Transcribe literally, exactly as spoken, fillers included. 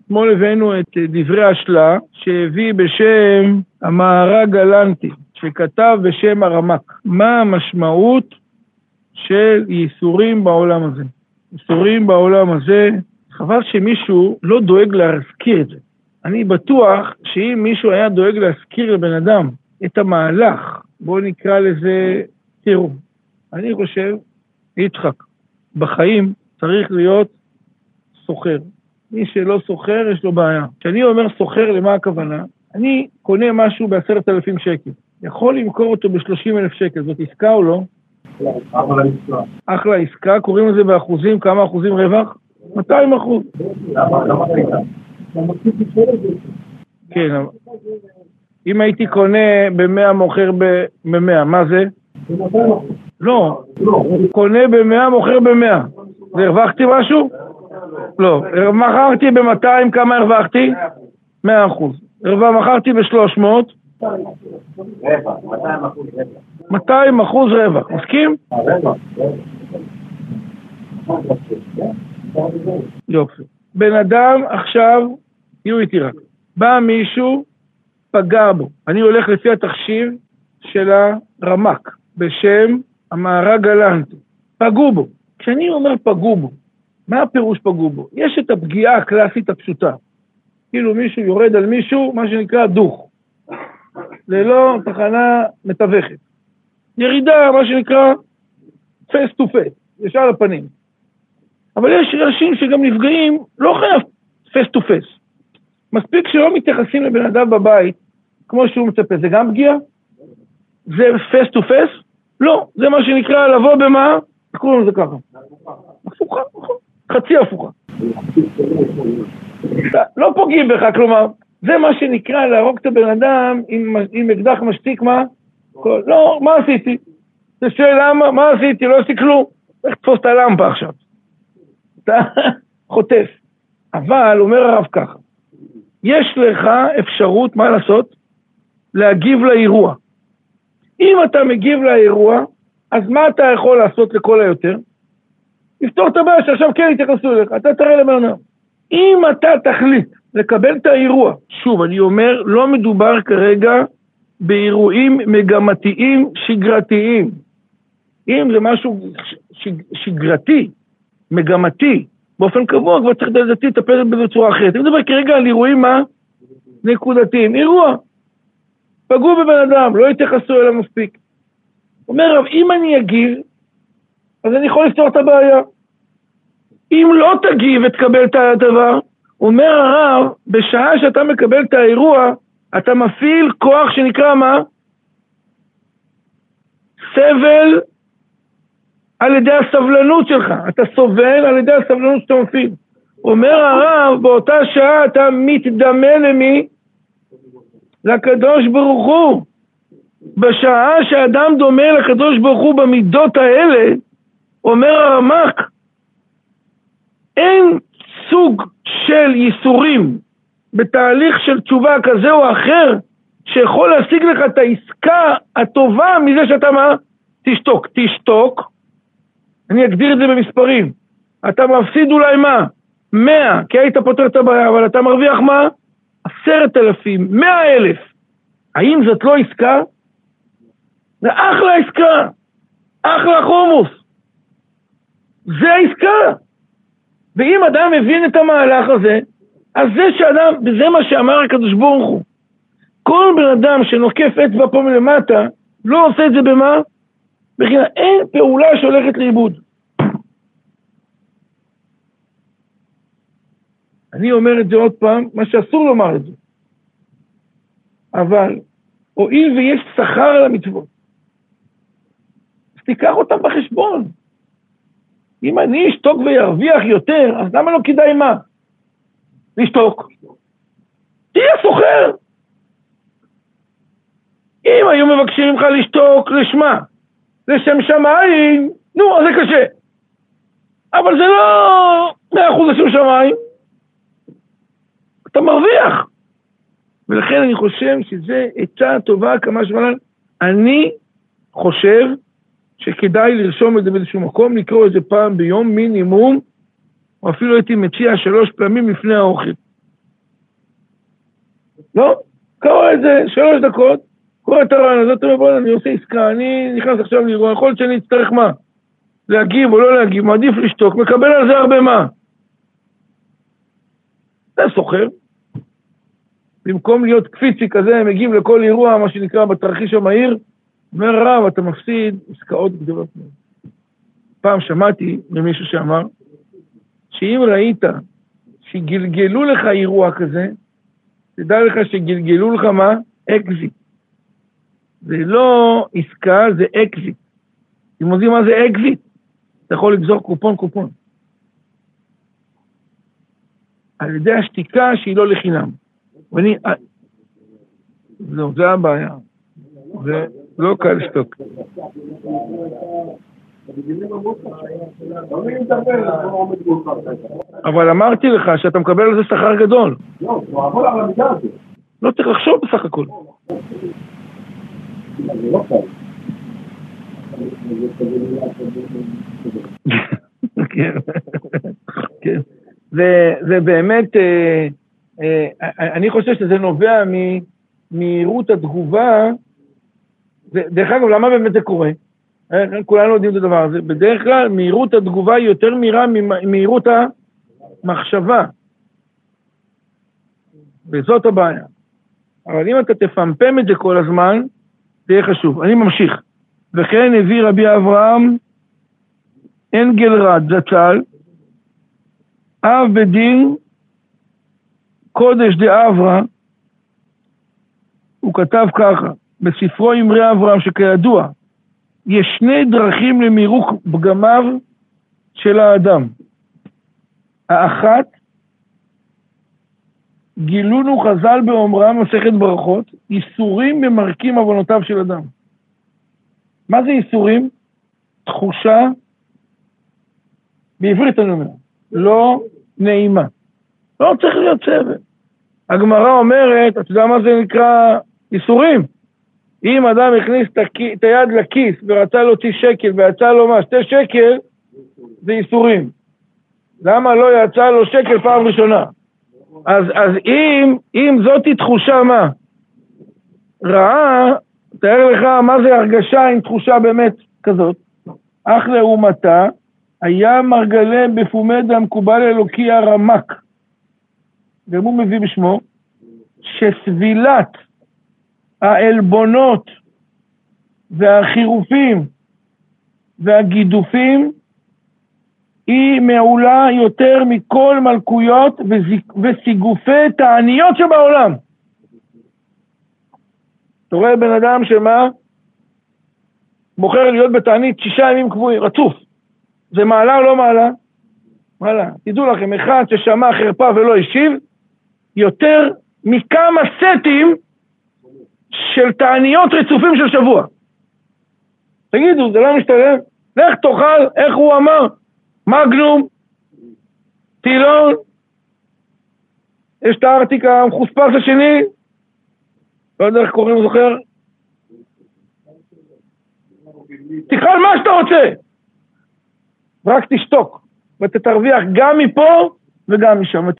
אתמול הבאנו את דברי השלה שהביא בשם המהר"ג גלנטי, שכתב בשם הרמ"ק. מה המשמעות של ייסורים בעולם הזה? ייסורים בעולם הזה, חבל שמישהו לא דואג להזכיר את זה. אני בטוח שאם מישהו היה דואג להזכיר לבן אדם את המהלך, בואו נקרא לזה, תראו, אני חושב, יצחק, בחיים צריך להיות סוחר. מי שלא סוחר יש לו בעיה. כשאני אומר סוחר, למה הכוונה? אני קונה משהו בעשרת אלפים שקל. יכול למכור אותו בשלושים אלף שקל. זאת עסקה או לא? אחלה עסקה. אחלה עסקה. קוראים לזה באחוזים. כמה אחוזים רווח? מאתיים אחוז. למה? למה אתה? כן. אם הייתי קונה ב-מאה מוכר ב-מאה, מה זה? לא. קונה ב-מאה מוכר ב-מאה. זה הרווחתי משהו? לא. מכרתי ב-מאתיים, כמה הרווחתי? מאה אחוז. מכרתי ב-שלוש מאות. רווח, מאתיים אחוז רווח. מאתיים אחוז רווח. מסכים? רווח. יופי. בן אדם עכשיו, תהיו איתי רק, בא מישהו, פגע בו. אני הולך לפי התחשיב של הרמ"ק, בשם המהר"ג גלנטי. פגעו בו. כשאני אומר פגעו בו, מה הפירוש פגעו בו? יש את הפגיעה הקלאסית הפשוטה. כאילו מישהו יורד על מישהו, מה שנקרא דוך. ללא תחנה מתווכת. ירידה, מה שנקרא face to face, ישר לפנים. אבל יש אנשים שגם נפגעים, לא חייב face to face. מספיק שלא מתייחסים לבן אדם בבית, כמו שהוא מצפה. זה גם פגיעה? זה face to face? לא. זה מה שנקרא לבוא במה? קוראים לזה ככה. הפוכה, חצי הפוכה. לא פוגעים בך, כלומר, זה מה שנקרא להרוג את הבן אדם עם, עם אקדח משתיק, מה? כל, לא, מה עשיתי? זה שואל למה, מה עשיתי? לא עשיתי כלום. איך תפוס את הלמפה עכשיו? אתה חוטף. אבל, אומר הרב ככה, יש לך אפשרות, מה לעשות? להגיב לאירוע. אם אתה מגיב לאירוע, אז מה אתה יכול לעשות לכל היותר? לפתור את הבעיה שעכשיו כן יתייחסו אליך, אתה תראה למענה. אם אתה תחליט לקבל את האירוע, שוב, אני אומר, לא מדובר כרגע באירועים מגמתיים שגרתיים. אם זה משהו שגרתי, מגמתי, באופן קבוע, כבר צריך לדעתי לטפל בזה בצורה אחרת. אני מדבר כרגע על אירועים מה? נקודתיים. אירוע. פגעו בבן אדם, לא יתייחסו אליו מספיק. אומר רב, אם אני אגיב, אז אני יכול לפתור את הבעיה. אם לא תגיב ותקבל את הדבר, אומר הרב, בשעה שאתה מקבל את האירוע, אתה מפעיל כוח שנקרא מה? סבל על ידי הסבלנות שלך. אתה סובל על ידי הסבלנות שאתה מפעיל. אומר הרב, באותה שעה אתה מתדמה למי? לקדוש ברוך הוא. בשעה שאדם דומה לקדוש ברוך הוא במידות האלה, אומר הרמ"ק, אין סוג של ייסורים בתהליך של תשובה כזה או אחר, שיכול להשיג לך את העסקה הטובה מזה שאתה מה? תשתוק. תשתוק, אני אגדיר את זה במספרים. אתה מפסיד אולי מה? מאה, כי היית פותר את הבעיה, אבל אתה מרוויח מה? עשרת אלפים, מאה אלף. האם זאת לא עסקה? זה אחלה עסקה. אחלה חומוס. זה העסקה. ואם אדם מבין את המהלך הזה, אז זה שאדם, וזה מה שאמר הקדוש ברוך הוא. כל בן אדם שנוקף אצבע פה מלמטה, לא עושה את זה במה? בכלל, אין פעולה שהולכת לאיבוד. אני אומר את זה עוד פעם, מה שאסור לומר את זה. אבל, הואיל ויש שכר על המצוות, אז תיקח אותם בחשבון. אם אני אשתוק וירוויח יותר, אז למה לא כדאי מה? לשתוק. תהיה סוחר. אם היו מבקשים ממך לשתוק לשמה, לשם שמיים, נו, אז זה קשה. אבל זה לא מאה אחוז לשם שמיים. אתה מרוויח. ולכן אני חושב שזה עצה טובה כמה שמלן. אני חושב שכדאי לרשום את זה באיזשהו מקום, לקרוא את זה פעם ביום מינימום, או אפילו הייתי מציע שלוש פעמים לפני האוכל. לא, קרא את זה שלוש דקות, קורא את הרעיון הזאת, אומר, בוא, אני עושה עסקה, אני נכנס עכשיו לאירוע, יכול להיות שאני אצטרך מה? להגיב או לא להגיב, מעדיף לשתוק, מקבל על זה הרבה מה. זה סוחר. במקום להיות קפיצי כזה, מגיב לכל אירוע, מה שנקרא בתרחיש המהיר, אומר רב, אתה מפסיד עסקאות גדולות. פעם שמעתי ממישהו שאמר, שאם ראית שגלגלו לך אירוע כזה, תדע לך שגלגלו לך מה? אקזיט. זה לא עסקה, זה אקזיט. אתם יודעים מה זה אקזיט? אתה יכול לגזור קופון קופון. על ידי השתיקה שהיא לא לחינם. ואני... זהו, זה הבעיה. זה לא קל לשתוק. אבל אמרתי לך שאתה מקבל על זה שכר גדול. לא, הוא עבור על המידה הזאת. לא צריך לחשוב בסך הכל. זה לא קל. כן, כן. זה באמת, אני חושב שזה נובע ממהירות התגובה. דרך אגב, למה באמת זה קורה? כולנו יודעים את הדבר הזה. בדרך כלל, מהירות התגובה היא יותר מהירה ממהירות המחשבה. וזאת הבעיה. אבל אם אתה תפמפם את זה כל הזמן, זה יהיה חשוב. אני ממשיך. וכן הביא רבי אברהם אנגלרד זצ"ל, אב בדין קודש דאברהם, הוא כתב ככה, בספרו אמרי אברהם, שכידוע, יש שני דרכים למירוק פגמיו של האדם. האחת, גילונו חז"ל באומרם מסכת ברכות, איסורים במרקים עוונותיו של אדם. מה זה איסורים? תחושה, בעברית אני אומר, לא נעימה. לא צריך להיות סבל. הגמרא אומרת, אתה יודע מה זה נקרא איסורים? אם אדם הכניס את היד לכיס ורצה להוציא שקל ויצא לו מה, שתי שקל, זה איסורים. למה לא יצא לו שקל פעם ראשונה? אז, אז אם, אם זאת היא תחושה מה? רעה, תאר לך מה זה הרגשה עם תחושה באמת כזאת. אך לעומתה, היה מרגלה בפומד המקובל אלוקי הרמק. גם הוא מביא בשמו, שסבילת העלבונות והחירופים והגידופים היא מעולה יותר מכל מלכויות וסיגופי תעניות שבעולם. אתה רואה בן אדם שמה? בוחר להיות בתענית שישה ימים קבועים, רצוף. זה מעלה או לא מעלה? מעלה. תדעו לכם, אחד ששמע חרפה ולא השיב, יותר מכמה סטים של תעניות רצופים של שבוע. תגידו, זה לא משתלם? לך תאכל, איך הוא אמר? מגנום, טילון, יש את הארטיק המחוספס השני, לא יודע איך קוראים, זוכר? תאכל מה שאתה רוצה, רק תשתוק, ותתרוויח גם מפה וגם משם.